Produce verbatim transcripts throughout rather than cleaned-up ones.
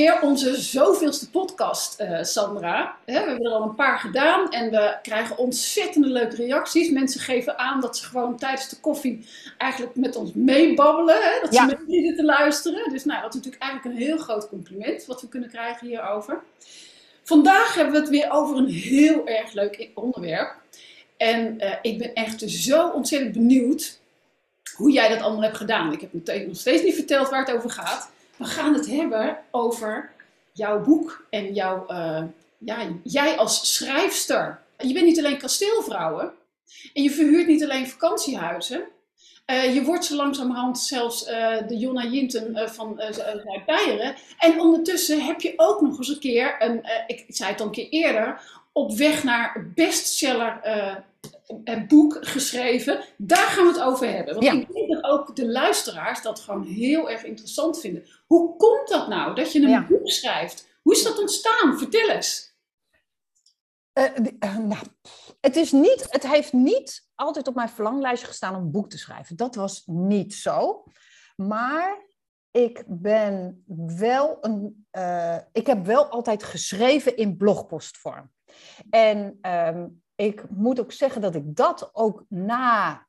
alweer onze zoveelste podcast, uh, Sandra. He, we hebben er al een paar gedaan en we krijgen ontzettende leuke reacties. Mensen geven aan dat ze gewoon tijdens de koffie eigenlijk met ons meebabbelen. He, dat ze Ja. mee zitten luisteren. Dus nou, dat is natuurlijk eigenlijk een heel groot compliment wat we kunnen krijgen hierover. Vandaag hebben we het weer over een heel erg leuk onderwerp. En uh, ik ben echt zo ontzettend benieuwd hoe jij dat allemaal hebt gedaan. Ik heb meteen nog steeds niet verteld waar het over gaat. We gaan het hebben over jouw boek en jouw, uh, ja, jij als schrijfster. Je bent niet alleen kasteelvrouwen en je verhuurt niet alleen vakantiehuizen. Uh, je wordt zo langzamerhand zelfs uh, de Jonna Jinten uh, van uh, Zuid-Beieren. En ondertussen heb je ook nog eens een keer, een, uh, ik zei het al een keer eerder, op weg naar bestseller uh, een boek geschreven. Daar gaan we het over hebben. Want ja. Ik denk dat ook de luisteraars dat gewoon heel erg interessant vinden. Hoe komt dat nou, dat je een ja. boek schrijft? Hoe is dat ontstaan? Vertel eens. Uh, uh, nou, het, is niet, het heeft niet altijd op mijn verlanglijstje gestaan om een boek te schrijven. Dat was niet zo. Maar ik ben wel een... Uh, ik heb wel altijd geschreven in blogpostvorm. En... Um, Ik moet ook zeggen dat ik dat ook na,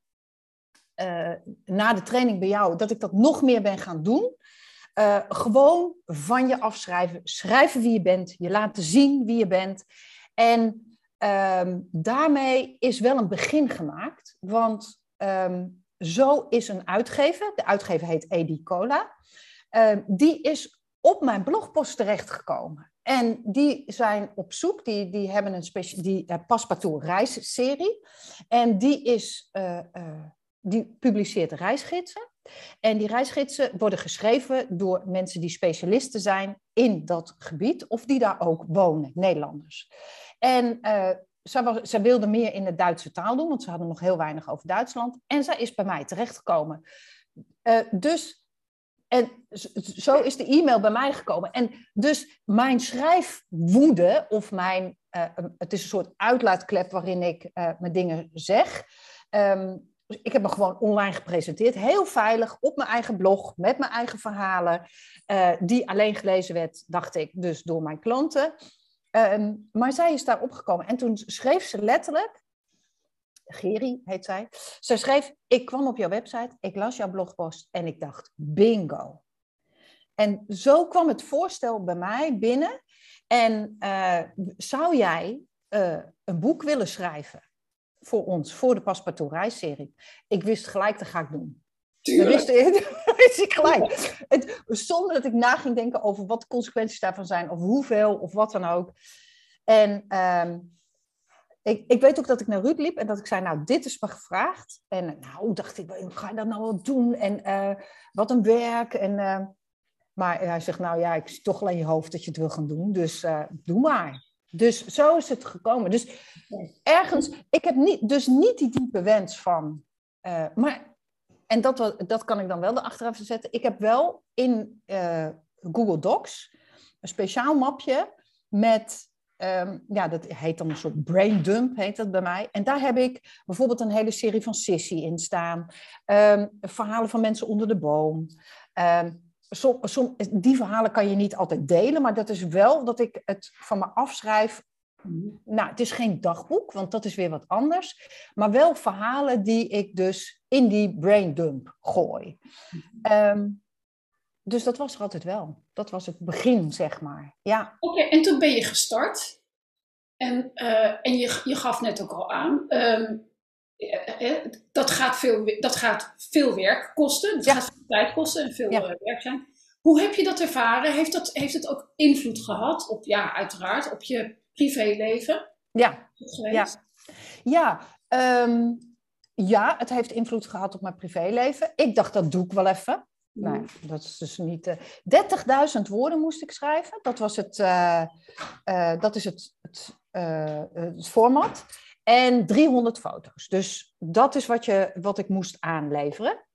uh, na de training bij jou, dat ik dat nog meer ben gaan doen. Uh, gewoon van je afschrijven, schrijven wie je bent, je laten zien wie je bent. En um, daarmee is wel een begin gemaakt, want um, zo is een uitgever, de uitgever heet Edi Cola, uh, die is op mijn blogpost terechtgekomen. En die zijn op zoek, die, die hebben een specie, die uh, Passepartout reisserie. En die, is, uh, uh, die publiceert reisgidsen. En die reisgidsen worden geschreven door mensen die specialisten zijn in dat gebied. Of die daar ook wonen, Nederlanders. En uh, zij, was, zij wilde meer in de Duitse taal doen, want ze hadden nog heel weinig over Duitsland. En zij is bij mij terechtgekomen. Uh, dus... En zo is de e-mail bij mij gekomen. En dus mijn schrijfwoede, of mijn, uh, het is een soort uitlaatklep waarin ik uh, mijn dingen zeg. Um, ik heb me gewoon online gepresenteerd, heel veilig, op mijn eigen blog, met mijn eigen verhalen, uh, die alleen gelezen werd, dacht ik, dus door mijn klanten. Um, maar zij is daar opgekomen en toen schreef ze letterlijk, Geri heet zij. Zij schreef, ik kwam op jouw website, ik las jouw blogpost en ik dacht, bingo. En zo kwam het voorstel bij mij binnen. En uh, zou jij uh, een boek willen schrijven voor ons, voor de Passepartout reisserie? Ik wist gelijk, dat ga ik doen. Dat wist, dat wist ik gelijk. Het, zonder dat ik na ging denken over wat de consequenties daarvan zijn, of hoeveel, of wat dan ook. En... Um, Ik, ik weet ook dat ik naar Ruud liep en dat ik zei, nou, dit is me gevraagd. En nou, dacht ik, ga je dat nou wel doen? En uh, wat een werk. En, uh, maar hij zegt, nou ja, ik zie toch al in je hoofd dat je het wil gaan doen. Dus uh, doe maar. Dus zo is het gekomen. Dus ergens, ik heb niet, dus niet die diepe wens van... Uh, maar, en dat, dat kan ik dan wel erachteraf zetten. Ik heb wel in uh, Google Docs een speciaal mapje met... Um, ja, dat heet dan een soort brain dump, heet dat bij mij. En daar heb ik bijvoorbeeld een hele serie van Sissy in staan. Um, verhalen van mensen onder de boom. Um, som, som, die verhalen kan je niet altijd delen, maar dat is wel dat ik het van me afschrijf. Nou, het is geen dagboek, want dat is weer wat anders. Maar wel verhalen die ik dus in die brain dump gooi. Um, Dus dat was er altijd wel. Dat was het begin, zeg maar. Ja. Oké, okay, en toen ben je gestart. En, uh, en je, je gaf net ook al aan. Um, eh, dat, gaat veel, dat gaat veel werk kosten. Dat ja. gaat veel tijd kosten en veel ja. uh, werk zijn. Hoe heb je dat ervaren? Heeft, dat, heeft het ook invloed gehad op, ja, uiteraard, op je privéleven? Ja. Ja. Ja, um, ja, het heeft invloed gehad op mijn privéleven. Ik dacht, dat doe ik wel even. Nee, dat is dus niet... Uh, dertigduizend woorden moest ik schrijven. Dat, was het, uh, uh, dat is het, het, uh, het format. En driehonderd foto's. Dus dat is wat, je, wat ik moest aanleveren.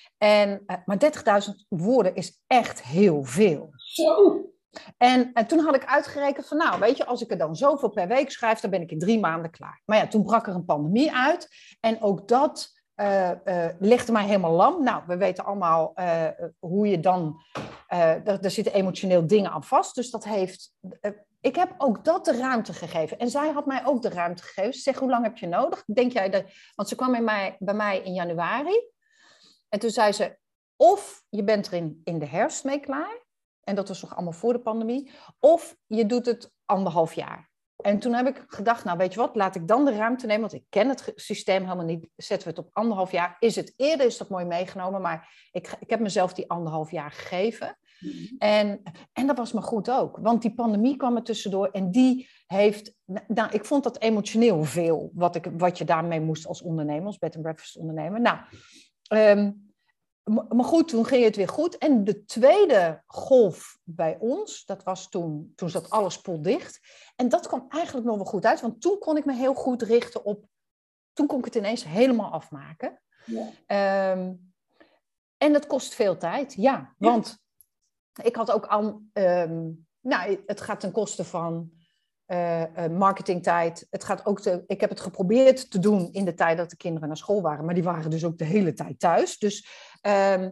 En, uh, maar dertigduizend woorden is echt heel veel. Zo! En, en toen had ik uitgerekend van, nou, weet je, als ik er dan zoveel per week schrijf, dan ben ik in drie maanden klaar. Maar ja, toen brak er een pandemie uit. En ook dat... uh, uh, legde mij helemaal lam. Nou, we weten allemaal uh, hoe je dan... Uh, daar zitten emotioneel dingen aan vast. Dus dat heeft... Uh, ik heb ook dat de ruimte gegeven. En zij had mij ook de ruimte gegeven. Ze zegt, hoe lang heb je nodig? Denk jij dat... Want ze kwam in mij, bij mij in januari. En toen zei ze, of je bent er in, in de herfst mee klaar. En dat was nog allemaal voor de pandemie. Of je doet het anderhalf jaar. En toen heb ik gedacht, nou weet je wat, laat ik dan de ruimte nemen. Want ik ken het systeem helemaal niet. Zetten we het op anderhalf jaar. Is het eerder, is dat mooi meegenomen. Maar ik, ik heb mezelf die anderhalf jaar gegeven. Mm-hmm. En, en dat was me goed ook. Want die pandemie kwam er tussendoor. En die heeft, nou ik vond dat emotioneel veel. Wat, ik, wat je daarmee moest als ondernemer, als bed and breakfast ondernemer. Nou, um, maar goed, toen ging het weer goed. En de tweede golf bij ons, dat was toen, toen zat alles potdicht. En dat kwam eigenlijk nog wel goed uit, want toen kon ik me heel goed richten op... Toen kon ik het ineens helemaal afmaken. Ja. Um, en dat kost veel tijd, ja. Want ja. ik had ook al... Um, nou, het gaat ten koste van uh, uh, marketingtijd. Het gaat ook te, ik heb het geprobeerd te doen in de tijd dat de kinderen naar school waren. Maar die waren dus ook de hele tijd thuis. Dus... Um,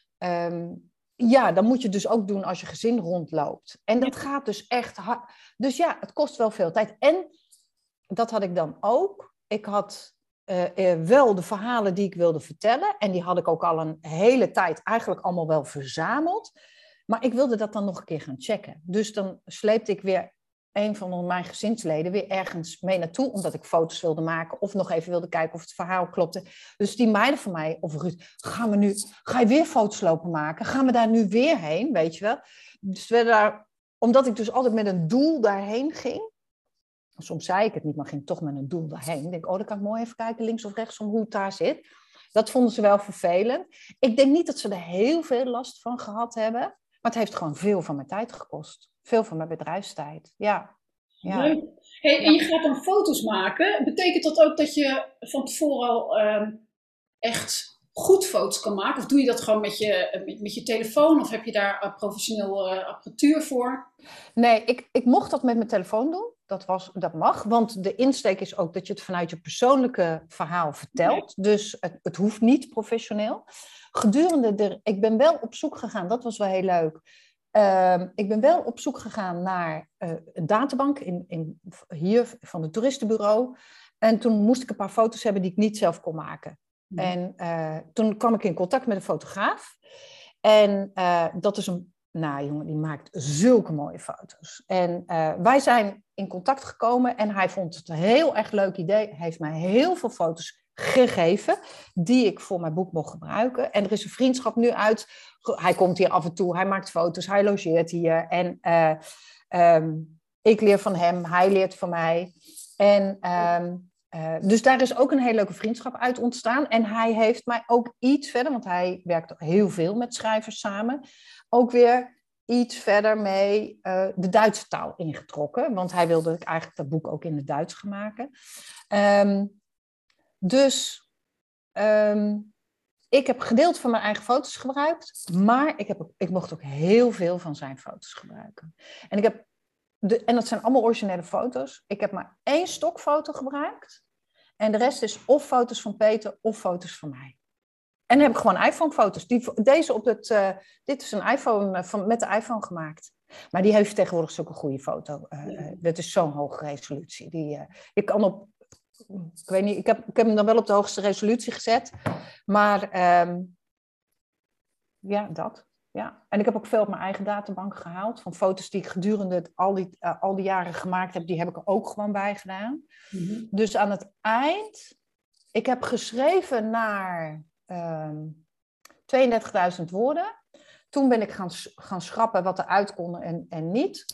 um, ja, dan moet je het dus ook doen als je gezin rondloopt. En dat gaat dus echt hard. Dus ja, het kost wel veel tijd. En dat had ik dan ook. Ik had uh, uh, wel de verhalen die ik wilde vertellen. En die had ik ook al een hele tijd eigenlijk allemaal wel verzameld. Maar ik wilde dat dan nog een keer gaan checken. Dus dan sleepte ik weer een van mijn gezinsleden weer ergens mee naartoe, omdat ik foto's wilde maken of nog even wilde kijken of het verhaal klopte. Dus die meiden van mij, of Ruud, gaan we nu, ga je weer foto's lopen maken? Gaan we daar nu weer heen, weet je wel? Dus we daar, omdat ik dus altijd met een doel daarheen ging, soms zei ik het niet, maar ging toch met een doel daarheen. Ik denk, oh, dan kan ik mooi even kijken links of rechts om hoe het daar zit. Dat vonden ze wel vervelend. Ik denk niet dat ze er heel veel last van gehad hebben, maar het heeft gewoon veel van mijn tijd gekost. Veel van mijn bedrijfstijd, ja. ja. Leuk. Hey, en je gaat dan foto's maken. Betekent dat ook dat je van tevoren al uh, echt goed foto's kan maken? Of doe je dat gewoon met je, met, met je telefoon? Of heb je daar uh, professioneel uh, apparatuur voor? Nee, ik, ik mocht dat met mijn telefoon doen. Dat, was, dat mag, want de insteek is ook dat je het vanuit je persoonlijke verhaal vertelt. Nee. Dus het, het hoeft niet professioneel. Gedurende de... Ik ben wel op zoek gegaan, dat was wel heel leuk... Uh, ik ben wel op zoek gegaan naar uh, een databank in, in, hier van het toeristenbureau. En toen moest ik een paar foto's hebben die ik niet zelf kon maken. Mm. En uh, toen kwam ik in contact met een fotograaf. En uh, dat is een... Nou jongen, die maakt zulke mooie foto's. En uh, wij zijn in contact gekomen en hij vond het een heel erg leuk idee. Hij heeft mij heel veel foto's gegeven die ik voor mijn boek mocht gebruiken. En er is een vriendschap nu uit. Hij komt hier af en toe, hij maakt foto's, hij logeert hier. En uh, um, ik leer van hem, hij leert van mij. En um, uh, dus daar is ook een hele leuke vriendschap uit ontstaan. En hij heeft mij ook iets verder, want hij werkt heel veel met schrijvers samen, ook weer iets verder mee uh, de Duitse taal ingetrokken. Want hij wilde eigenlijk dat boek ook in het Duits gaan maken. Um, dus um, ik heb gedeeld van mijn eigen foto's gebruikt. Maar ik, heb, ik mocht ook heel veel van zijn foto's gebruiken. En, ik heb de, en dat zijn allemaal originele foto's. Ik heb maar één stokfoto gebruikt. En de rest is of foto's van Peter of foto's van mij. En dan heb ik gewoon iPhone-foto's. Die, deze op het, uh, dit is een iPhone uh, van, met de iPhone gemaakt. Maar die heeft tegenwoordig zulke goede foto. Uh, uh, dat is zo'n hoge resolutie. Die, uh, je kan op, ik weet niet, ik heb, ik heb hem dan wel op de hoogste resolutie gezet. Maar um, ja, dat. Ja. En ik heb ook veel op mijn eigen databank gehaald. Van foto's die ik gedurende al die, uh, al die jaren gemaakt heb. Die heb ik er ook gewoon bij gedaan. Mm-hmm. Dus aan het eind... Ik heb geschreven naar... Um, tweeëndertigduizend woorden. Toen ben ik gaan, gaan schrappen wat eruit kon en, en niet.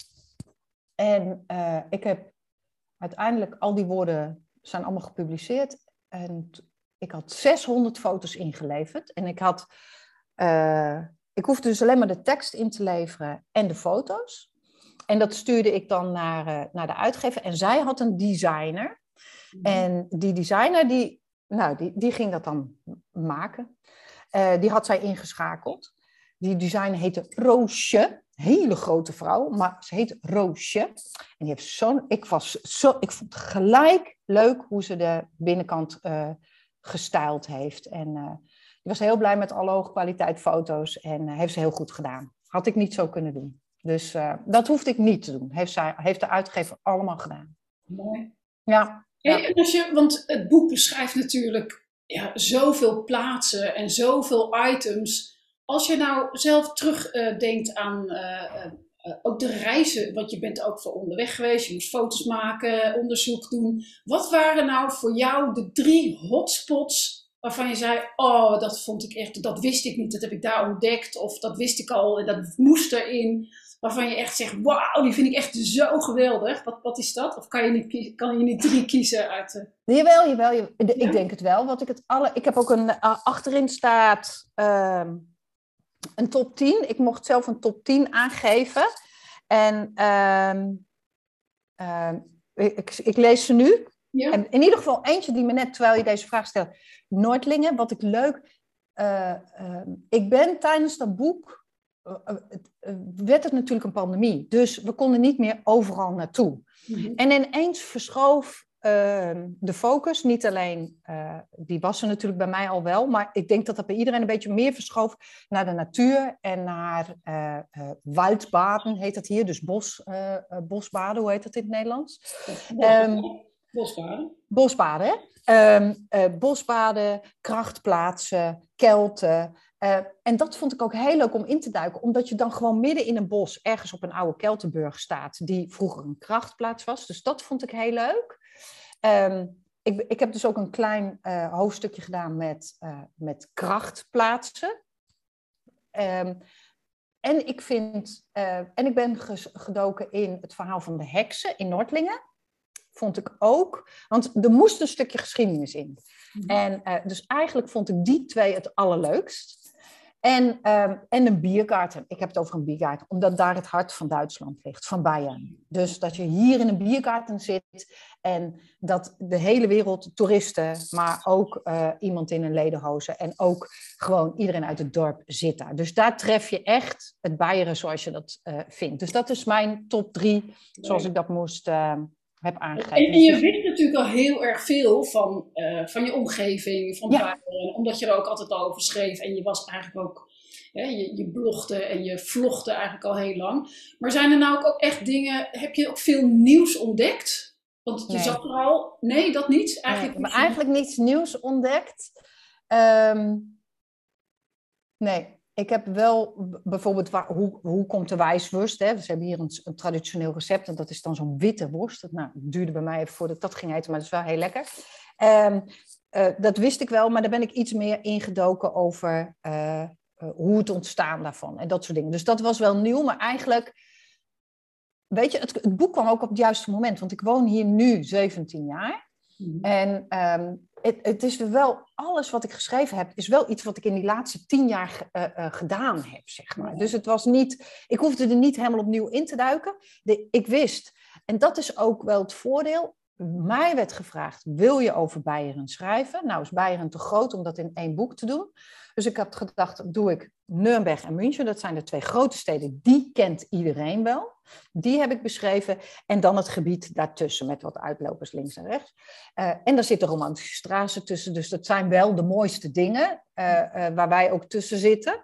En uh, ik heb uiteindelijk al die woorden zijn allemaal gepubliceerd. En t- ik had zeshonderd foto's ingeleverd. En ik had... Uh, ik hoefde dus alleen maar de tekst in te leveren en de foto's. En dat stuurde ik dan naar, uh, naar de uitgever. En zij had een designer. Mm. En die designer die... Nou, die, die ging dat dan maken. Uh, die had zij ingeschakeld. Die designer heette Roosje. Hele grote vrouw, maar ze heet Roosje. En die heeft zo'n... Ik, was zo, ik vond het gelijk leuk hoe ze de binnenkant uh, gestyled heeft. En uh, die was heel blij met alle hoogkwaliteit foto's en uh, heeft ze heel goed gedaan. Had ik niet zo kunnen doen. Dus uh, dat hoefde ik niet te doen. Heeft, zij, heeft de uitgever allemaal gedaan. Mooi. Ja. Hey, ja. en als je, want het boek beschrijft natuurlijk ja, zoveel plaatsen en zoveel items. Als je nou zelf terugdenkt uh, aan uh, uh, ook de reizen, want je bent ook voor onderweg geweest, je moest foto's maken, onderzoek doen. Wat waren nou voor jou de drie hotspots waarvan je zei, oh, dat vond ik echt, dat wist ik niet, dat heb ik daar ontdekt, of dat wist ik al en dat moest erin. Waarvan je echt zegt, wauw, die vind ik echt zo geweldig. Wat, wat is dat? Of kan je niet, kan je niet drie kiezen uit de... Jawel, jawel. jawel. Ik Ja? denk het wel. Wat ik, het alle... ik heb ook een... Uh, achterin staat uh, een top tien. Ik mocht zelf een top tien aangeven. En uh, uh, ik, ik lees ze nu. Ja? En in ieder geval eentje die me net, terwijl je deze vraag stelt. Noordlingen, wat ik leuk... Uh, uh, ik ben tijdens dat boek... Uh, uh, werd het natuurlijk een pandemie. Dus we konden niet meer overal naartoe. Mm-hmm. En ineens verschoof uh, de focus, niet alleen, uh, die was er natuurlijk bij mij al wel, maar ik denk dat dat bij iedereen een beetje meer verschoof naar de natuur en naar uh, uh, waldbaden, heet dat hier, dus bos, uh, uh, bosbaden, hoe heet dat in het Nederlands? Bosbaden. Um, bosbaden. Bosbaden, hè? Um, uh, bosbaden, krachtplaatsen, kelten. Uh, en dat vond ik ook heel leuk om in te duiken, omdat je dan gewoon midden in een bos ergens op een oude Keltenburg staat, die vroeger een krachtplaats was. Dus dat vond ik heel leuk. Um, ik, ik heb dus ook een klein uh, hoofdstukje gedaan met, uh, met krachtplaatsen. Um, en ik vind, uh, en ik ben ges, gedoken in het verhaal van de heksen in Noordlingen. Vond ik ook, want er moest een stukje geschiedenis in. Mm-hmm. En uh, dus eigenlijk vond ik die twee het allerleukst. En, um, en een biergarten. Ik heb het over een biergarten, omdat daar het hart van Duitsland ligt, van Bayern. Dus dat je hier in een biergarten zit en dat de hele wereld, toeristen, maar ook uh, iemand in een lederhoze en ook gewoon iedereen uit het dorp zit daar. Dus daar tref je echt het Beieren zoals je dat uh, vindt. Dus dat is mijn top drie, zoals ik dat moest... Uh, heb aangegeven. En, en je wist natuurlijk al heel erg veel van, uh, van je omgeving, van ja. Bayern, omdat je er ook altijd al over schreef. En je was eigenlijk ook, hè, je, je blogde en je vlogde eigenlijk al heel lang. Maar zijn er nou ook echt dingen, heb je ook veel nieuws ontdekt? Want je nee. zag er al, nee, dat niet? Eigenlijk, nee, maar eigenlijk niets nieuws ontdekt. Um, nee. Ik heb wel bijvoorbeeld, waar, hoe, hoe komt de wijsworst? Hè? Ze hebben hier een, een traditioneel recept en dat is dan zo'n witte worst. Nou, het duurde bij mij even voordat ik dat ging eten, maar dat is wel heel lekker. Um, uh, dat wist ik wel, maar daar ben ik iets meer ingedoken over uh, uh, hoe het ontstaan daarvan en dat soort dingen. Dus dat was wel nieuw, maar eigenlijk, weet je, het, het boek kwam ook op het juiste moment, want ik woon hier nu zeventien jaar. Mm-hmm. En um, het, het is wel, alles wat ik geschreven heb, is wel iets wat ik in die laatste tien jaar uh, uh, gedaan heb, zeg maar. Dus het was niet, ik hoefde er niet helemaal opnieuw in te duiken. De, ik wist, en dat is ook wel het voordeel, mij werd gevraagd, wil je over Beieren schrijven? Nou is Beieren te groot om dat in één boek te doen. Dus ik had gedacht, doe ik Nuremberg en München. Dat zijn de twee grote steden, die kent iedereen wel. Die heb ik beschreven. En dan het gebied daartussen met wat uitlopers links en rechts. Uh, en daar zitten romantische straten tussen. Dus dat zijn wel de mooiste dingen uh, uh, waar wij ook tussen zitten.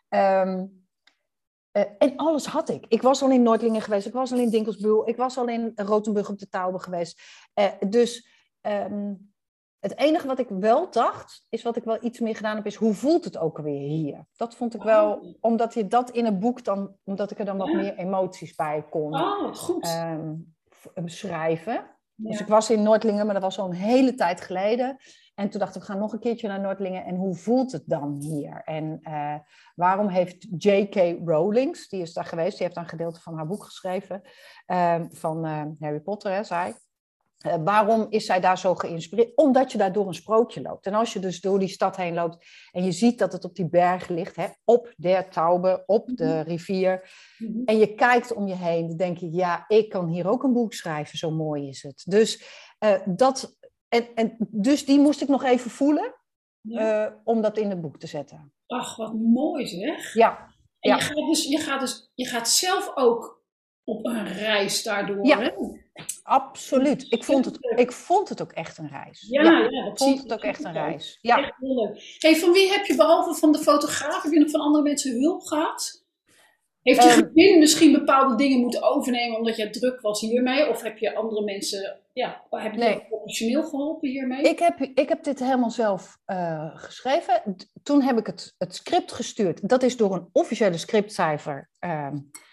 Um, uh, en alles had ik. Ik was al in Noordlingen geweest. Ik was al in Dinkelsbuhl. Ik was al in Rotenburg op de Tauber geweest. Uh, dus... Um, Het enige wat ik wel dacht, is wat ik wel iets meer gedaan heb, is hoe voelt het ook alweer hier? Dat vond ik wel, omdat je dat in een boek dan, omdat ik er dan wat ja. meer emoties bij kon oh, goed. Um, schrijven. Ja. Dus ik was in Noordlingen, maar dat was al een hele tijd geleden. En toen dacht ik, we gaan nog een keertje naar Noordlingen en hoe voelt het dan hier? En uh, waarom heeft J K. Rowling, die is daar geweest, die heeft een gedeelte van haar boek geschreven, uh, van uh, Harry Potter, hè, zei. Uh, waarom is zij daar zo geïnspireerd? Omdat je daar door een sprookje loopt. En als je dus door die stad heen loopt en je ziet dat het op die bergen ligt, hè, op der Tauber, op de rivier, mm-hmm. en je kijkt om je heen, dan denk je, ja, ik kan hier ook een boek schrijven, zo mooi is het. Dus, uh, dat, en, en, dus die moest ik nog even voelen, ja. uh, om dat in het boek te zetten. Ach, wat mooi zeg. Ja. En ja. je, gaat dus, je, gaat dus, je gaat zelf ook op een reis daardoor. Ja, Hè? absoluut. Ik vond, het, ik vond het ook echt een reis. Ja, Ja, ja, ik dat vond zie, het dat ook zie echt een ik ook. reis. Ja. Echt heel leuk. Hey, van wie heb je behalve van de fotograaf, heb je nog van andere mensen hulp gehad? Heeft je Um, gezin misschien bepaalde dingen moeten overnemen omdat je druk was hiermee? Of heb je andere mensen, ja, heb je nee, professioneel geholpen hiermee? ik heb, ik heb dit helemaal zelf uh, geschreven. Toen heb ik het, het script gestuurd. Dat is door een officiële scriptcijfer uh,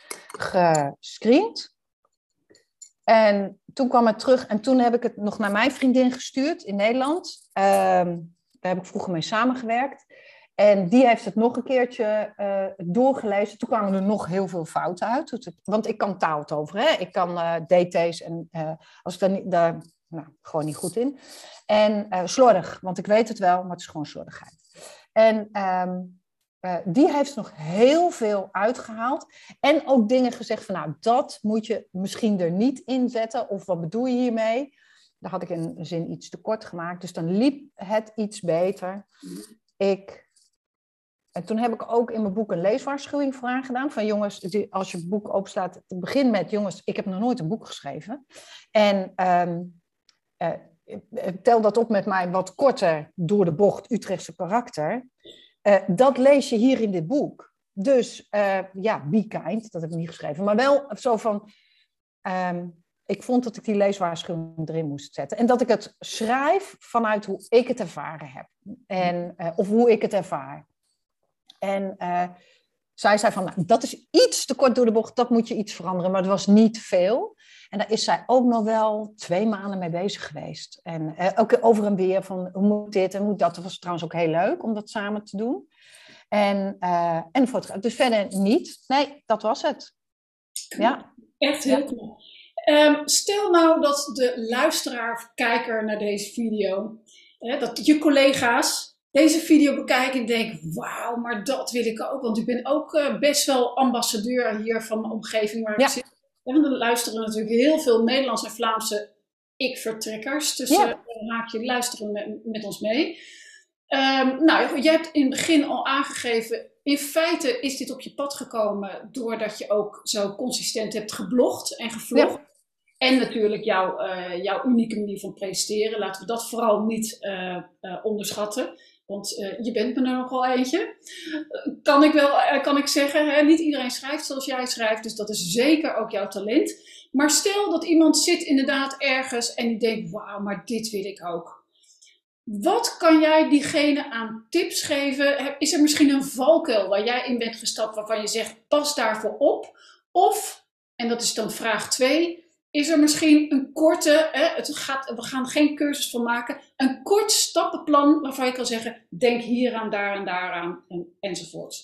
gescreend. En toen kwam het terug en toen heb ik het nog naar mijn vriendin gestuurd in Nederland. Uh, daar heb ik vroeger mee samengewerkt. En die heeft het nog een keertje uh, doorgelezen. Toen kwamen er nog heel veel fouten uit. Want ik kan taaltoveren, hè? Ik kan uh, D T's en uh, als ik daar, niet, daar nou, gewoon niet goed in. En uh, slordig, want ik weet het wel, maar het is gewoon slordigheid. En um, uh, die heeft nog heel veel uitgehaald. En ook dingen gezegd van, nou, dat moet je misschien er niet in zetten. Of wat bedoel je hiermee? Daar had ik in een zin iets te kort gemaakt. Dus dan liep het iets beter. Ik... En toen heb ik ook in mijn boek een leeswaarschuwing voor aangedaan. Van jongens, als je het boek openslaat, het begint met jongens, ik heb nog nooit een boek geschreven. En um, uh, tel dat op met mijn wat korter door de bocht Utrechtse karakter. Uh, dat lees je hier in dit boek. Dus uh, ja, be kind, dat heb ik niet geschreven. Maar wel zo van, um, ik vond dat ik die leeswaarschuwing erin moest zetten. En dat ik het schrijf vanuit hoe ik het ervaren heb. En, uh, of hoe ik het ervaar. En uh, zij zei van, nou, dat is iets te kort door de bocht, dat moet je iets veranderen. Maar het was niet veel. En daar is zij ook nog wel twee maanden mee bezig geweest. En uh, ook over en weer van, hoe moet dit en hoe dat. Dat was trouwens ook heel leuk om dat samen te doen. En, uh, en fotograaf. Dus verder niet. Nee, dat was het. Ja. Echt heel ja. cool. Um, stel nou dat de luisteraar of kijker naar deze video, hè, dat je collega's deze video bekijken en denken, wauw, maar dat wil ik ook. Want ik ben ook uh, best wel ambassadeur hier van mijn omgeving waar ja. ik zit. En er luisteren natuurlijk heel veel Nederlandse en Vlaamse ik-vertrekkers. Dus ja. uh, haak je luisteren met, met ons mee. Um, nou, jij hebt in het begin al aangegeven, in feite is dit op je pad gekomen doordat je ook zo consistent hebt geblogd en gevlogd. Ja. En natuurlijk jouw, uh, jouw unieke manier van presenteren. Laten we dat vooral niet uh, uh, onderschatten. Want uh, je bent me er nogal eentje. Uh, kan ik wel uh, kan ik zeggen, hè? Niet iedereen schrijft zoals jij schrijft. Dus dat is zeker ook jouw talent. Maar stel dat iemand zit inderdaad ergens en die denkt, wauw, maar dit wil ik ook. Wat kan jij diegene aan tips geven? Is er misschien een valkuil waar jij in bent gestapt waarvan je zegt, pas daarvoor op? Of, en dat is dan vraag twee, is er misschien een korte, hè, het gaat, we gaan geen cursus van maken, een kort stappenplan waarvan je kan zeggen, denk hieraan, daaraan, daaraan en, enzovoort.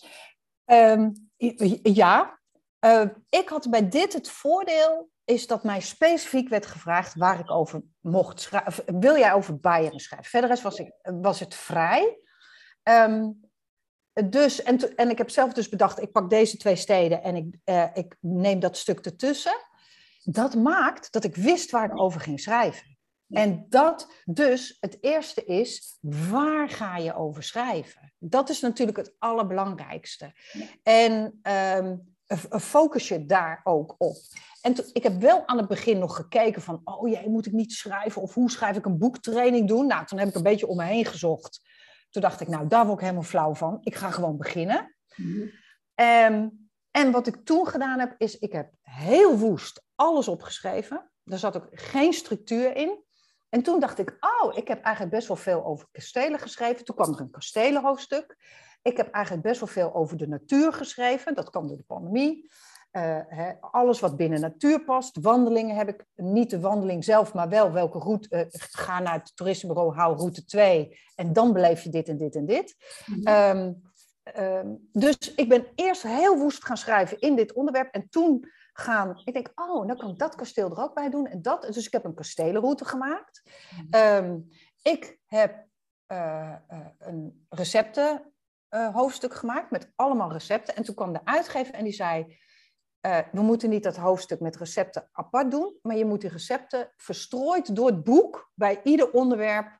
Um, ja, uh, ik had bij dit het voordeel, is dat mij specifiek werd gevraagd waar ik over mocht schrijven. Wil jij over Beieren schrijven? Verder was, ik, was het vrij. Um, dus, en, to, en ik heb zelf dus bedacht, ik pak deze twee steden en ik, uh, ik neem dat stuk ertussen. Dat maakt dat ik wist waar ik over ging schrijven. En dat dus het eerste is, waar ga je over schrijven? Dat is natuurlijk het allerbelangrijkste. En um, focus je daar ook op. En to, ik heb wel aan het begin nog gekeken van, oh jee, moet ik niet schrijven? Of hoe schrijf ik een boektraining doen? Nou, toen heb ik een beetje om me heen gezocht. Toen dacht ik, nou, daar word ik helemaal flauw van. Ik ga gewoon beginnen. Mm-hmm. Um, en wat ik toen gedaan heb, is ik heb heel woest alles opgeschreven. Er zat ook geen structuur in. En toen dacht ik, oh, ik heb eigenlijk best wel veel over kastelen geschreven. Toen kwam er een kastelenhoofdstuk. Ik heb eigenlijk best wel veel over de natuur geschreven. Dat kwam door de pandemie. Uh, he, alles wat binnen natuur past. Wandelingen heb ik, niet de wandeling zelf, maar wel welke route. Uh, ga naar het toeristenbureau, hou route twee. En dan beleef je dit en dit en dit. Mm-hmm. Um, um, dus ik ben eerst heel woest gaan schrijven in dit onderwerp. En toen gaan, ik denk, oh, dan kan ik dat kasteel er ook bij doen. En dat, dus ik heb een kastelenroute gemaakt. Um, ik heb uh, uh, een recepten uh, hoofdstuk gemaakt met allemaal recepten. En toen kwam de uitgever en die zei, uh, we moeten niet dat hoofdstuk met recepten apart doen, maar je moet die recepten verstrooid door het boek bij ieder onderwerp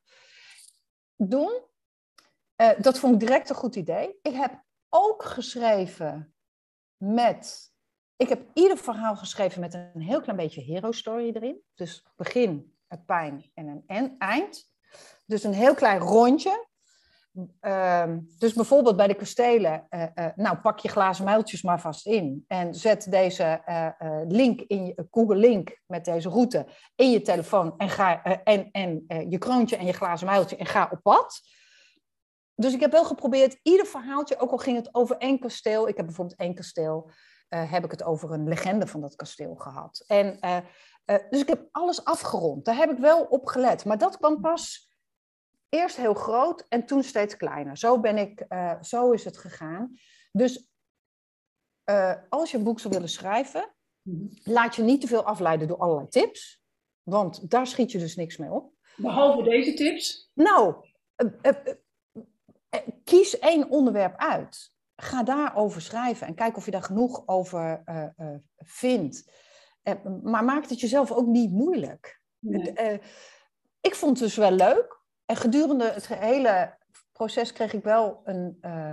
doen. Uh, dat vond ik direct een goed idee. Ik heb ook geschreven met ik heb ieder verhaal geschreven met een heel klein beetje hero story erin. Dus begin, een pijn en een eind. Dus een heel klein rondje. Uh, dus bijvoorbeeld bij de kastelen, uh, uh, nou pak je glazen muiltjes maar vast in. En zet deze uh, uh, link in je Google Link met deze route in je telefoon. En, ga, uh, en, en uh, je kroontje en je glazen muiltje en ga op pad. Dus ik heb wel geprobeerd, ieder verhaaltje, ook al ging het over één kasteel. Ik heb bijvoorbeeld één kasteel, uh, heb ik het over een legende van dat kasteel gehad. En, uh, uh, dus ik heb alles afgerond. Daar heb ik wel op gelet. Maar dat kwam pas eerst heel groot en toen steeds kleiner. Zo ben ik, uh, zo is het gegaan. Dus uh, als je een boek zou willen schrijven, mm-hmm. laat je niet te veel afleiden door allerlei tips. Want daar schiet je dus niks mee op. Behalve deze tips? Nou, uh, uh, uh, uh, kies één onderwerp uit. Ga daarover schrijven en kijk of je daar genoeg over uh, uh, vindt. Uh, maar maak het jezelf ook niet moeilijk. Nee. Uh, ik vond het dus wel leuk. En gedurende het hele proces kreeg ik wel een... Uh,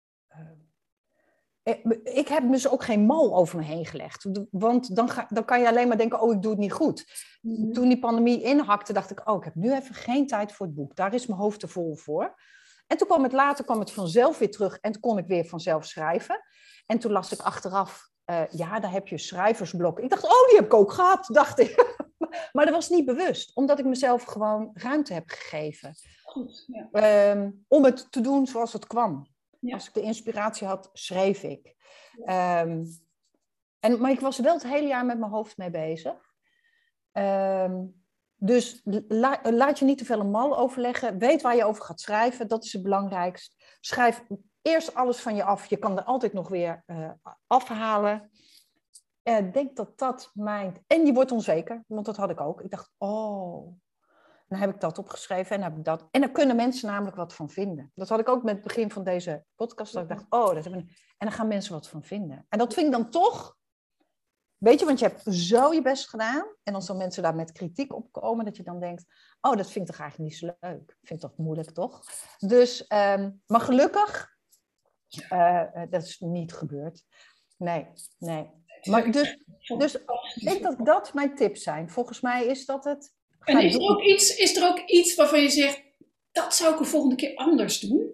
uh, ik heb dus ook geen mal over me heen gelegd. Want dan, ga, dan kan je alleen maar denken, oh, ik doe het niet goed. Mm-hmm. Toen die pandemie inhakte, dacht ik, oh, ik heb nu even geen tijd voor het boek. Daar is mijn hoofd te vol voor. En toen kwam het later kwam het vanzelf weer terug en toen kon ik weer vanzelf schrijven. En toen las ik achteraf, uh, ja, daar heb je schrijversblok. Ik dacht, oh, die heb ik ook gehad, dacht ik. Maar dat was niet bewust, omdat ik mezelf gewoon ruimte heb gegeven. Goed, ja. um, om het te doen zoals het kwam. Ja. Als ik de inspiratie had, schreef ik. Ja. Um, en, maar ik was er wel het hele jaar met mijn hoofd mee bezig. Um, dus la, laat je niet te veel een mal overleggen. Weet waar je over gaat schrijven, dat is het belangrijkst. Schrijf eerst alles van je af. Je kan er altijd nog weer uh, afhalen. Ik uh, denk dat dat mijn... En je wordt onzeker, want dat had ik ook. Ik dacht, oh, dan heb ik dat opgeschreven en dan heb ik dat. En daar kunnen mensen namelijk wat van vinden. Dat had ik ook met het begin van deze podcast. Dat ik dacht, oh, dat hebben... en dan gaan mensen wat van vinden. En dat vind ik dan toch... Weet je, want je hebt zo je best gedaan. En als dan mensen daar met kritiek op komen, dat je dan denkt, oh, dat vind ik toch eigenlijk niet zo leuk. Ik vind het toch moeilijk, toch? Dus, um, maar gelukkig, uh, dat is niet gebeurd. Nee, nee. Maar dus, dus ik denk dat dat mijn tips zijn. Volgens mij is dat het... En is er, ook iets, is er ook iets waarvan je zegt, dat zou ik de volgende keer anders doen?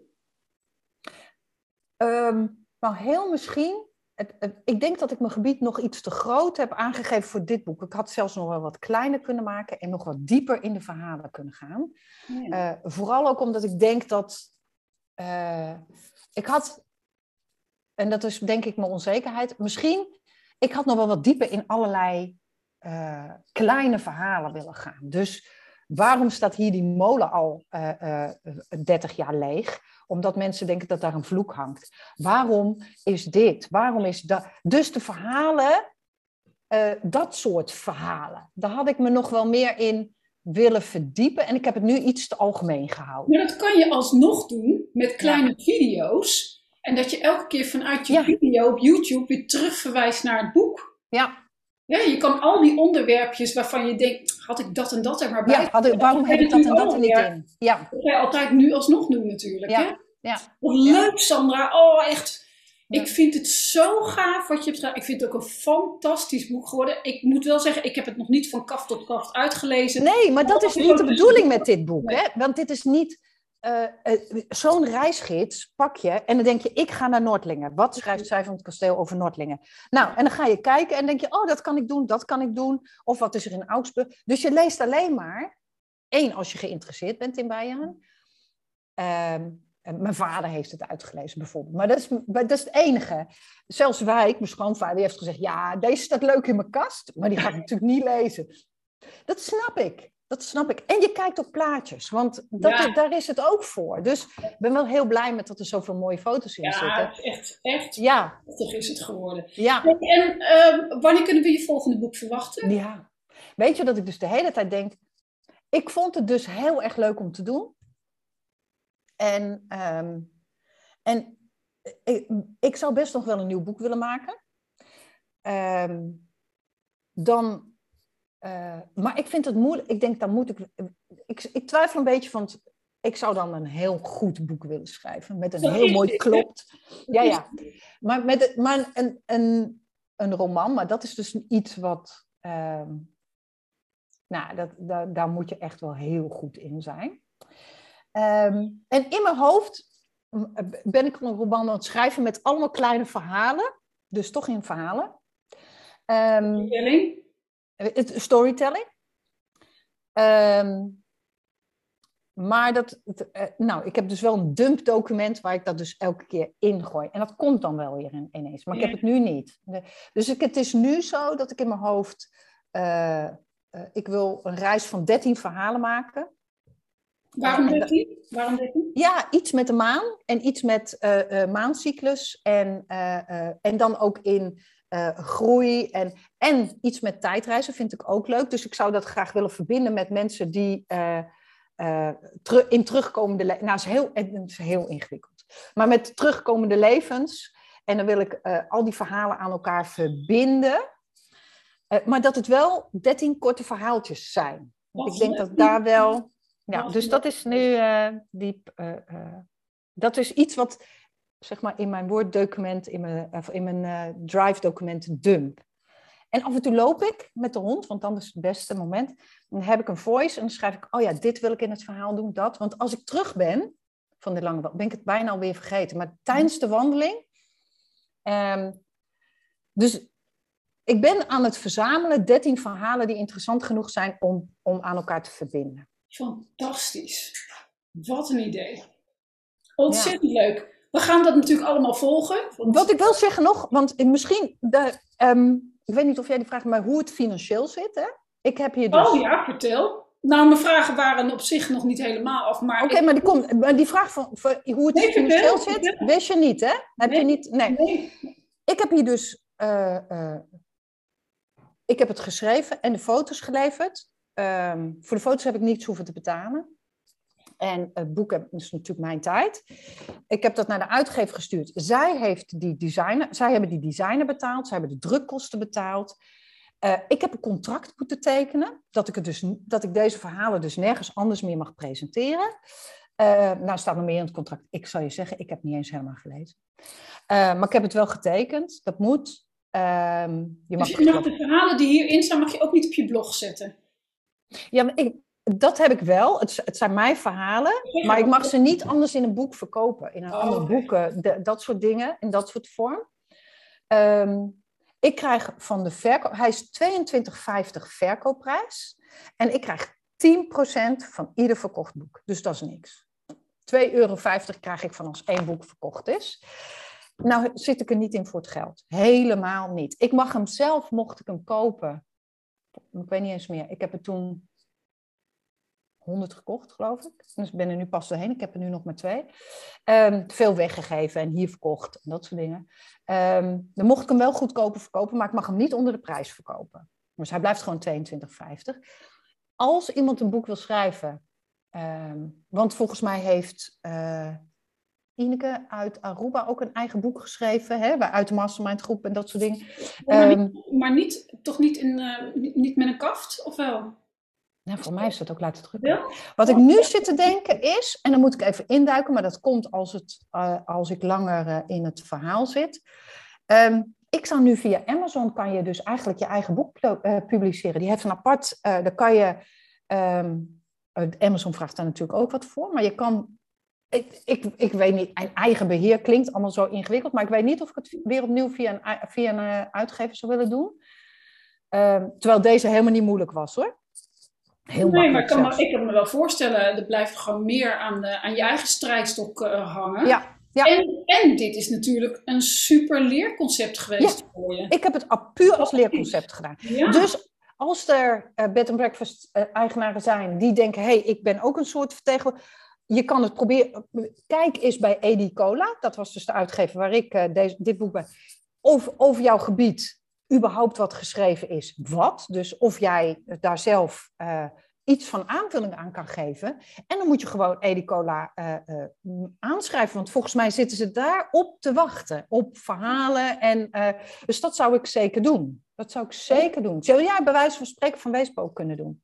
Um, nou, heel misschien. Het, het, ik denk dat ik mijn gebied nog iets te groot heb aangegeven voor dit boek. Ik had zelfs nog wel wat kleiner kunnen maken en nog wat dieper in de verhalen kunnen gaan. Ja. Uh, vooral ook omdat ik denk dat... Uh, ik had... En dat is denk ik mijn onzekerheid. Misschien... Ik had nog wel wat dieper in allerlei uh, kleine verhalen willen gaan. Dus waarom staat hier die molen al uh, uh, dertig jaar leeg? Omdat mensen denken dat daar een vloek hangt. Waarom is dit? Waarom is dat? Dus de verhalen, uh, dat soort verhalen. Daar had ik me nog wel meer in willen verdiepen. En ik heb het nu iets te algemeen gehouden. Maar dat kan je alsnog doen met kleine ja. video's. En dat je elke keer vanuit je ja. video op YouTube weer terugverwijst naar het boek. Ja. Ja, je kan al die onderwerpjes waarvan je denkt, had ik dat en dat er maar bij. Ja, had ik, waarom heb ik dat en dat er niet in? Ja. Dat ga je altijd nu alsnog doen natuurlijk. Ja. Hè? Ja. Wat leuk, Sandra. Oh, echt. Ja. Ik vind het zo gaaf wat je hebt gedaan. Ik vind het ook een fantastisch boek geworden. Ik moet wel zeggen, ik heb het nog niet van kaft tot kaft uitgelezen. Nee, maar dat is niet de bedoeling met dit boek. Nee. Hè? Want dit is niet... Uh, uh, zo'n reisgids pak je en dan denk je, ik ga naar Noordlingen. Wat schrijft zij van het kasteel over Noordlingen? Nou, en dan ga je kijken en denk je, oh, dat kan ik doen, dat kan ik doen. Of wat is er in Augsburg? Dus je leest alleen maar, één, als je geïnteresseerd bent in Bayern. Uh, mijn vader heeft het uitgelezen bijvoorbeeld. Maar dat is, dat is het enige. Zelfs Wijk, mijn schoonvader, die heeft gezegd, ja, deze staat leuk in mijn kast. Maar die ga ik natuurlijk niet lezen. Dat snap ik. Dat snap ik. En je kijkt op plaatjes, want dat ja. is, daar is het ook voor. Dus ik ben wel heel blij met dat er zoveel mooie foto's in ja, zitten. Ja, echt, echt. Ja. Prachtig is het geworden. Ja. En uh, wanneer kunnen we je volgende boek verwachten? Ja. Weet je dat ik dus de hele tijd denk, ik vond het dus heel erg leuk om te doen. En, um, en ik, ik zou best nog wel een nieuw boek willen maken. Um, dan... Uh, maar ik vind het moeilijk. Ik denk, dan moet ik, ik... Ik twijfel een beetje, want ik zou dan een heel goed boek willen schrijven. Met een heel mooi klopt. Ja, ja. Maar, met, maar een, een, een roman, maar dat is dus iets wat... Uh, nou, dat, dat, daar moet je echt wel heel goed in zijn. Um, en in mijn hoofd ben ik een roman aan het schrijven met allemaal kleine verhalen. Dus toch in verhalen. Um, Storytelling. Het, storytelling. Um, maar dat, het, uh, nou, ik heb dus wel een dumpdocument waar ik dat dus elke keer ingooi. En dat komt dan wel weer in, ineens. Maar ja. Ik heb het nu niet. Dus ik, het is nu zo dat ik in mijn hoofd... Uh, uh, ik wil een reis van dertien verhalen maken. Waarom dertien? Waarom dertien? Ja, iets met de maan en iets met uh, uh, maancyclus. En, uh, uh, en dan ook in uh, groei. En, en iets met tijdreizen vind ik ook leuk. Dus ik zou dat graag willen verbinden met mensen die... Uh, Uh, teru- in terugkomende levens. Nou, het is, heel, het is heel ingewikkeld. Maar met terugkomende levens. En dan wil ik uh, al die verhalen aan elkaar verbinden. Uh, maar dat het wel dertien korte verhaaltjes zijn. Want ik denk dat daar wel... Ja, dus dat is nu uh, diep... Uh, uh, dat is iets wat, zeg maar, in mijn Word-document, in mijn, uh, in mijn uh, Drive-document dump. En af en toe loop ik met de hond, want dan is het beste moment. Dan heb ik een voice en dan schrijf ik, oh ja, dit wil ik in het verhaal doen, dat. Want als ik terug ben van de lange wandeling, ben ik het bijna alweer vergeten. Maar tijdens de wandeling... Um, dus ik ben aan het verzamelen dertien verhalen die interessant genoeg zijn om, om aan elkaar te verbinden. Fantastisch. Wat een idee. Ontzettend ja. leuk. We gaan dat natuurlijk allemaal volgen. Want... Wat ik wil zeggen nog, want misschien... De, um, ik weet niet of jij die vraagt, maar hoe het financieel zit, hè? Ik heb hier dus... Oh ja, vertel. Nou, mijn vragen waren op zich nog niet helemaal af, maar... Oké, okay, ik... maar, die komt, maar die vraag van, van hoe het nee, financieel vertel, zit, vertel. Wist je niet, hè? Heb nee. je niet... Nee. nee. Ik heb hier dus... Uh, uh, ik heb het geschreven en de foto's geleverd. Um, voor de foto's heb ik niets hoeven te betalen. En het boek is natuurlijk mijn tijd. Ik heb dat naar de uitgever gestuurd. Zij, heeft die designer, zij hebben die designer betaald. Zij hebben de drukkosten betaald. Uh, ik heb een contract moeten tekenen. Dat ik, het dus, dat ik deze verhalen dus nergens anders meer mag presenteren. Uh, nou staat nog meer in het contract. Ik zal je zeggen, ik heb het niet eens helemaal gelezen. Uh, maar ik heb het wel getekend. Dat moet. Uh, je mag, dus je mag de verhalen die hierin staan, mag je ook niet op je blog zetten? Ja, maar ik... Dat heb ik wel. Het, het zijn mijn verhalen. Maar ik mag ze niet anders in een boek verkopen. In een oh, andere boeken. De, dat soort dingen. In dat soort vorm. Um, ik krijg van de verkoop... Hij is tweeëntwintig vijftig verkoopprijs. En ik krijg tien procent van ieder verkocht boek. Dus dat is niks. twee euro vijftig krijg ik van als één boek verkocht is. Nou zit ik er niet in voor het geld. Helemaal niet. Ik mag hem zelf, mocht ik hem kopen. Ik weet niet eens meer. Ik heb het toen... honderd gekocht, geloof ik. Dus ik ben er nu pas doorheen. Ik heb er nu nog maar twee. Um, veel weggegeven en hier verkocht. En dat soort dingen. Um, dan mocht ik hem wel goedkoper verkopen, maar ik mag hem niet onder de prijs verkopen. Dus hij blijft gewoon tweeëntwintig vijftig. Als iemand een boek wil schrijven... Um, want volgens mij heeft uh, Ineke uit Aruba ook een eigen boek geschreven. Hè, uit de mastermind groep en dat soort dingen. Maar, um, niet, maar niet, toch niet, in, uh, niet, niet met een kaft, of wel? Nou, voor mij is dat ook laten drukken. Ja? Wat ik nu zit te denken is, en dan moet ik even induiken, maar dat komt als, het, uh, als ik langer uh, in het verhaal zit. Um, ik zou nu via Amazon, kan je dus eigenlijk je eigen boek uh, publiceren. Die heeft een apart, uh, daar kan je, um, Amazon vraagt daar natuurlijk ook wat voor, maar je kan, ik, ik, ik weet niet, een eigen beheer klinkt allemaal zo ingewikkeld, maar ik weet niet of ik het weer opnieuw via een, via een uh, uitgever zou willen doen. Um, terwijl deze helemaal niet moeilijk was, hoor. Heel nee, maar ik kan, me, ik kan me wel voorstellen, er blijft gewoon meer aan, de, aan je eigen strijkstok uh, hangen. Ja, ja. En, en dit is natuurlijk een super leerconcept geweest ja, voor je. Ik heb het puur als leerconcept gedaan. Ja. Dus als er uh, bed and breakfast uh, eigenaren zijn die denken, hé, hey, ik ben ook een soort vertegenwoordiger. Je kan het proberen. Kijk eens bij Edicola, dat was dus de uitgever waar ik uh, deze, dit boek bij, over, over jouw gebied. Überhaupt wat geschreven is, wat. Dus of jij daar zelf uh, iets van aanvulling aan kan geven. En dan moet je gewoon Edicola uh, uh, aanschrijven. Want volgens mij zitten ze daar op te wachten. Op verhalen. En, uh, dus dat zou ik zeker doen. Dat zou ik zeker doen. Zou jij bij wijze van spreken van Weesp ook kunnen doen?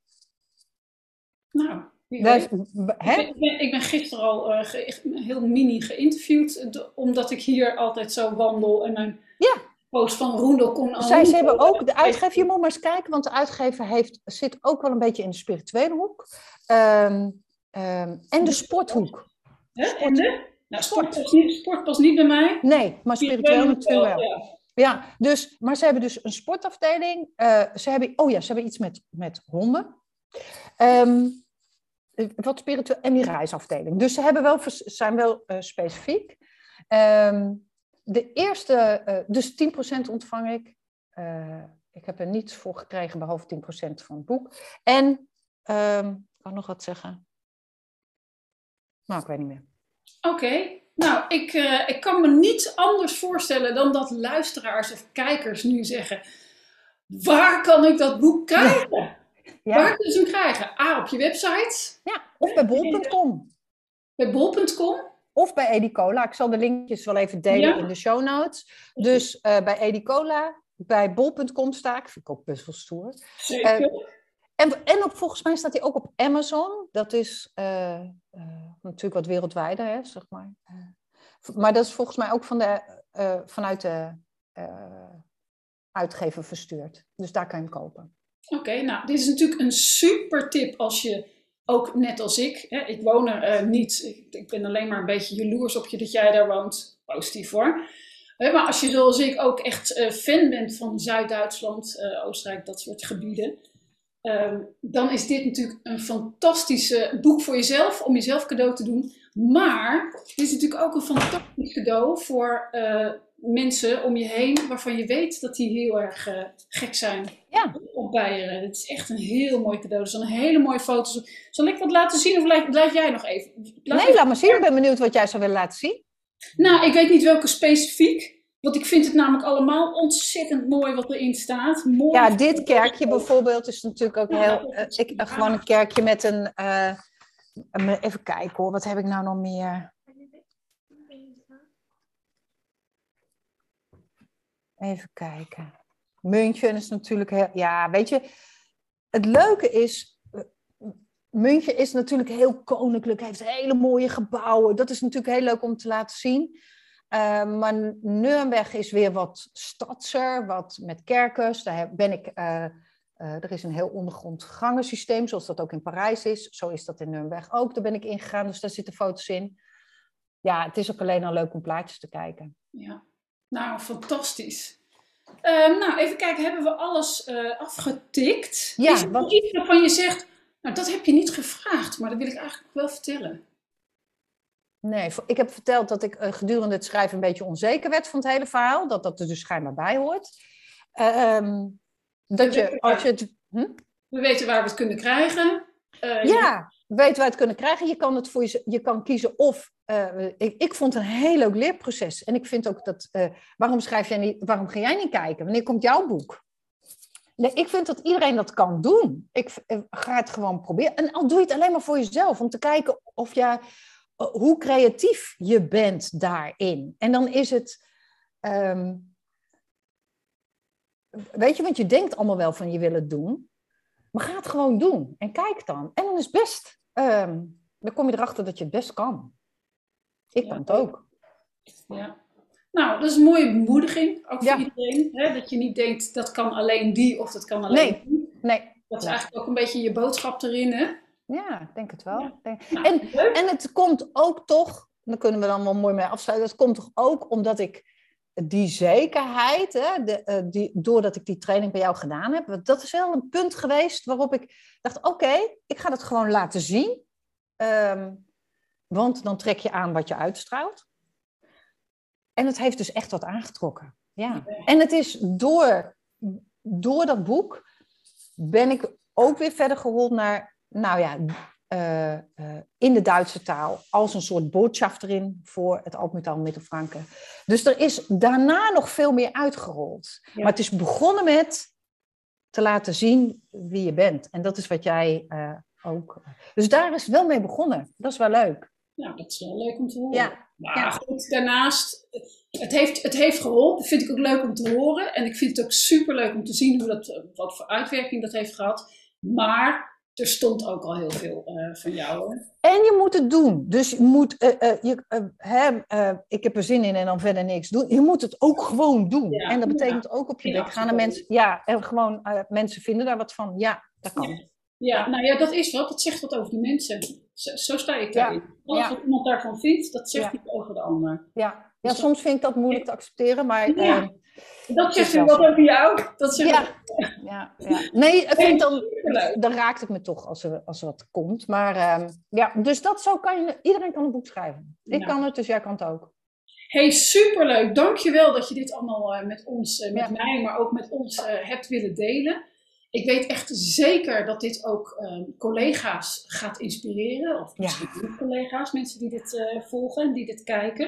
Nou, dus, ik, ben, ik, ben, ik ben gisteren al uh, ge, heel mini geïnterviewd. Omdat ik hier altijd zo wandel. En mijn... Ja. post van Roendel kon al. Zij, ze hebben ook, de uitgever, je moet maar eens kijken, want de uitgever heeft, zit ook wel een beetje in de spirituele hoek. Um, um, en de sporthoek. Hè? Sport. En de? Nou, sport, sport. Past niet, sport past niet bij mij. Nee, maar spiritueel natuurlijk wel. Ja. Ja, dus, maar ze hebben dus een sportafdeling. Uh, ze hebben, oh ja, ze hebben iets met, met honden. Um, wat spiritueel en die reisafdeling. Dus ze hebben wel, zijn wel uh, specifiek. Um, de eerste, uh, dus tien procent ontvang ik. Uh, ik heb er niets voor gekregen behalve tien procent van het boek. En, um, ik kan nog wat zeggen. Nou, ik weet niet meer. Oké. Okay. Nou, ik, uh, ik kan me niet anders voorstellen dan dat luisteraars of kijkers nu zeggen: waar kan ik dat boek krijgen? Ja. Ja. Waar kunnen ze hem krijgen? A, op je website. Ja, of bij bol punt com. Bij bol punt com? Of bij Edicola. Ik zal de linkjes wel even delen ja. in de show notes. Dus uh, bij Edicola, bij bol punt com sta ik. Vind ik ook best wel stoer. Zeker. Uh, en en op, volgens mij staat hij ook op Amazon. Dat is uh, uh, natuurlijk wat wereldwijder, hè, zeg maar. Uh, maar dat is volgens mij ook van de, uh, vanuit de uh, uitgever verstuurd. Dus daar kan je hem kopen. Oké, okay, nou, dit is natuurlijk een super tip als je ook net als ik, hè, ik woon er uh, niet, ik, ik ben alleen maar een beetje jaloers op je dat jij daar woont, positief hoor. Uh, maar als je zoals ik ook echt uh, fan bent van Zuid-Duitsland, uh, Oostenrijk, dat soort gebieden, uh, dan is dit natuurlijk een fantastische boek voor jezelf, om jezelf cadeau te doen. Maar dit is natuurlijk ook een fantastisch cadeau voor uh, mensen om je heen, waarvan je weet dat die heel erg uh, gek zijn ja. op Beieren. Het is echt een heel mooi cadeau. Er zijn hele mooie foto's. Zal ik wat laten zien of laat, laat jij nog even? Laat nee, even... laat maar zien. Ik ben benieuwd wat jij zou willen laten zien. Nou, ik weet niet welke specifiek. Want ik vind het namelijk allemaal ontzettend mooi wat erin staat. Mooi ja, dit kerkje bijvoorbeeld is natuurlijk ook ja, heel... Uh, ik, uh, gewoon een kerkje met een... Uh, even kijken hoor, wat heb ik nou nog meer? Even kijken. München is natuurlijk heel... Ja, weet je, het leuke is... München is natuurlijk heel koninklijk, heeft hele mooie gebouwen. Dat is natuurlijk heel leuk om te laten zien. Uh, maar Nuremberg is weer wat stadser, wat met kerkers. Daar ben ik... Uh, uh, er is een heel ondergrond gangensysteem, zoals dat ook in Parijs is. Zo is dat in Nuremberg ook. Daar ben ik ingegaan, dus daar zitten foto's in. Ja, het is ook alleen al leuk om plaatjes te kijken. Ja, nou, fantastisch. Uh, nou, even kijken, hebben we alles uh, afgetikt? Ja, is er wat... iets waarvan je zegt, nou, dat heb je niet gevraagd, maar dat wil ik eigenlijk wel vertellen. Nee, ik heb verteld dat ik uh, gedurende het schrijven een beetje onzeker werd van het hele verhaal. Dat dat er dus schijnbaar bij hoort. Uh, um, dat we, je, weten als je het, hm? we weten waar we het kunnen krijgen. Uh, ja, we weten waar we het kunnen krijgen. Je kan, het voor je, je kan kiezen of... Uh, ik, ik vond het een heel leuk leerproces. En ik vind ook dat... Uh, waarom schrijf jij niet... Waarom ga jij niet kijken? Wanneer komt jouw boek? Nee, ik vind dat iedereen dat kan doen. Ik uh, ga het gewoon proberen. En al doe je het alleen maar voor jezelf. Om te kijken of jij... Uh, hoe creatief je bent daarin. En dan is het... Um, weet je, want je denkt allemaal wel van je wil het doen. Maar ga het gewoon doen. En kijk dan. En dan is best... Um, dan kom je erachter dat je het best kan. Ik ja, kan het ook. Ja. Nou, dat is een mooie bemoediging. Ook voor ja. iedereen. Hè? Dat je niet denkt, dat kan alleen die of dat kan alleen nee. die. Nee. Dat is nee. eigenlijk ook een beetje je boodschap erin, hè? Ja, ik denk het wel. Ja. Denk... Nou, en, en het komt ook toch... Daar kunnen we dan wel mooi mee afsluiten. Het komt toch ook omdat ik die zekerheid... Hè, de, uh, die, doordat ik die training bij jou gedaan heb... Dat is wel een punt geweest waarop ik dacht... Oké, okay, ik ga het gewoon laten zien. Um, want dan trek je aan wat je uitstraalt. En het heeft dus echt wat aangetrokken. Ja. En het is door, door dat boek... ben ik ook weer verder gerold naar... Nou ja, uh, uh, in de Duitse taal. Als een soort boodschap erin voor het Altmetaal Mittelfranken. Dus er is daarna nog veel meer uitgerold. Ja. Maar het is begonnen met te laten zien wie je bent. En dat is wat jij uh, ook... Dus daar is het wel mee begonnen. Dat is wel leuk. Nou, dat is wel leuk om te horen. Ja. Maar ja. goed, daarnaast... Het heeft, het heeft geholpen. Dat vind ik ook leuk om te horen. En ik vind het ook super leuk om te zien hoe dat, wat voor uitwerking dat heeft gehad. Maar er stond ook al heel veel uh, van jou. Hoor. En je moet het doen. Dus je moet, uh, uh, je, uh, hè, uh, ik heb er zin in en dan verder niks doen. Je moet het ook gewoon doen. Ja, en dat betekent ja. ook op je bek gaan. En mensen, ja, en gewoon uh, mensen vinden daar wat van. Ja, dat kan. Ja. Ja, nou ja, dat is wat. Dat zegt wat over die mensen. Zo, zo sta ik daarin. Ja. Alles ja. wat iemand daarvan vindt, dat zegt niet ja. over de ander. Ja, ja dus soms vind ik dat moeilijk te accepteren, maar... Ja. Uh, dat zegt weer wat over jou. Dat zegt ja. Ja, ja. Nee, ik vind dan, dan raakt het me toch als er, als er wat komt. Maar uh, ja, dus dat zo kan je... Iedereen kan een boek schrijven. Ik ja. kan het, dus jij kan het ook. Hey, superleuk. Dankjewel dat je dit allemaal uh, met ons, uh, met ja. mij, maar ook met ons uh, hebt willen delen. Ik weet echt zeker dat dit ook um, collega's gaat inspireren. Of misschien ja. niet collega's, mensen die dit uh, volgen en die dit kijken.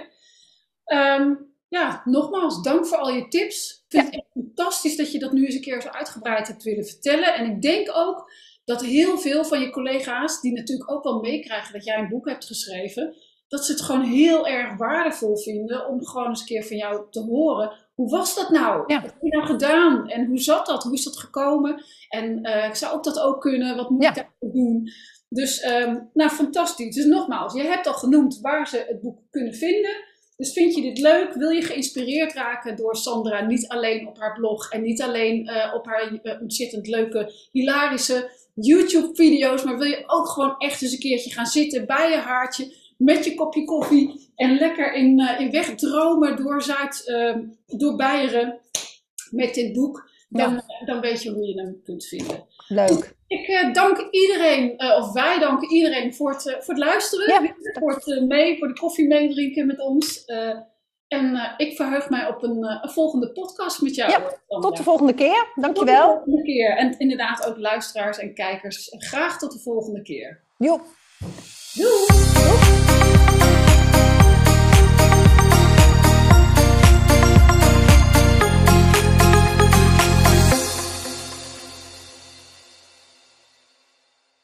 Um, ja, nogmaals, dank voor al je tips. Ik vind ja. het echt fantastisch dat je dat nu eens een keer zo uitgebreid hebt willen vertellen. En ik denk ook dat heel veel van je collega's, die natuurlijk ook wel meekrijgen dat jij een boek hebt geschreven, dat ze het gewoon heel erg waardevol vinden om gewoon eens een keer van jou te horen. Hoe was dat nou? Ja. Wat heb je nou gedaan? En hoe zat dat? Hoe is dat gekomen? En uh, ik zou ook dat ook kunnen. Wat moet ja. ik daarvoor doen? Dus, um, nou, fantastisch. Dus nogmaals, je hebt al genoemd waar ze het boek kunnen vinden. Dus vind je dit leuk? Wil je geïnspireerd raken door Sandra? Niet alleen op haar blog en niet alleen uh, op haar uh, ontzettend leuke, hilarische YouTube-video's. Maar wil je ook gewoon echt eens een keertje gaan zitten bij je haartje, met je kopje koffie en lekker in, uh, in weg dromen door Zuid, uh, door Beieren met dit boek. Dan, ja. dan weet je hoe je hem kunt vinden. Leuk. Ik uh, dank iedereen, uh, of wij danken iedereen voor het, uh, voor het luisteren. Ja. Voor het uh, mee, voor de koffie meedrinken met ons. Uh, en uh, ik verheug mij op een, uh, een volgende podcast met jou. Ja, tot de volgende keer. Dankjewel. Tot de volgende keer. En inderdaad ook luisteraars en kijkers. Graag tot de volgende keer. Jo. Doei. Doei.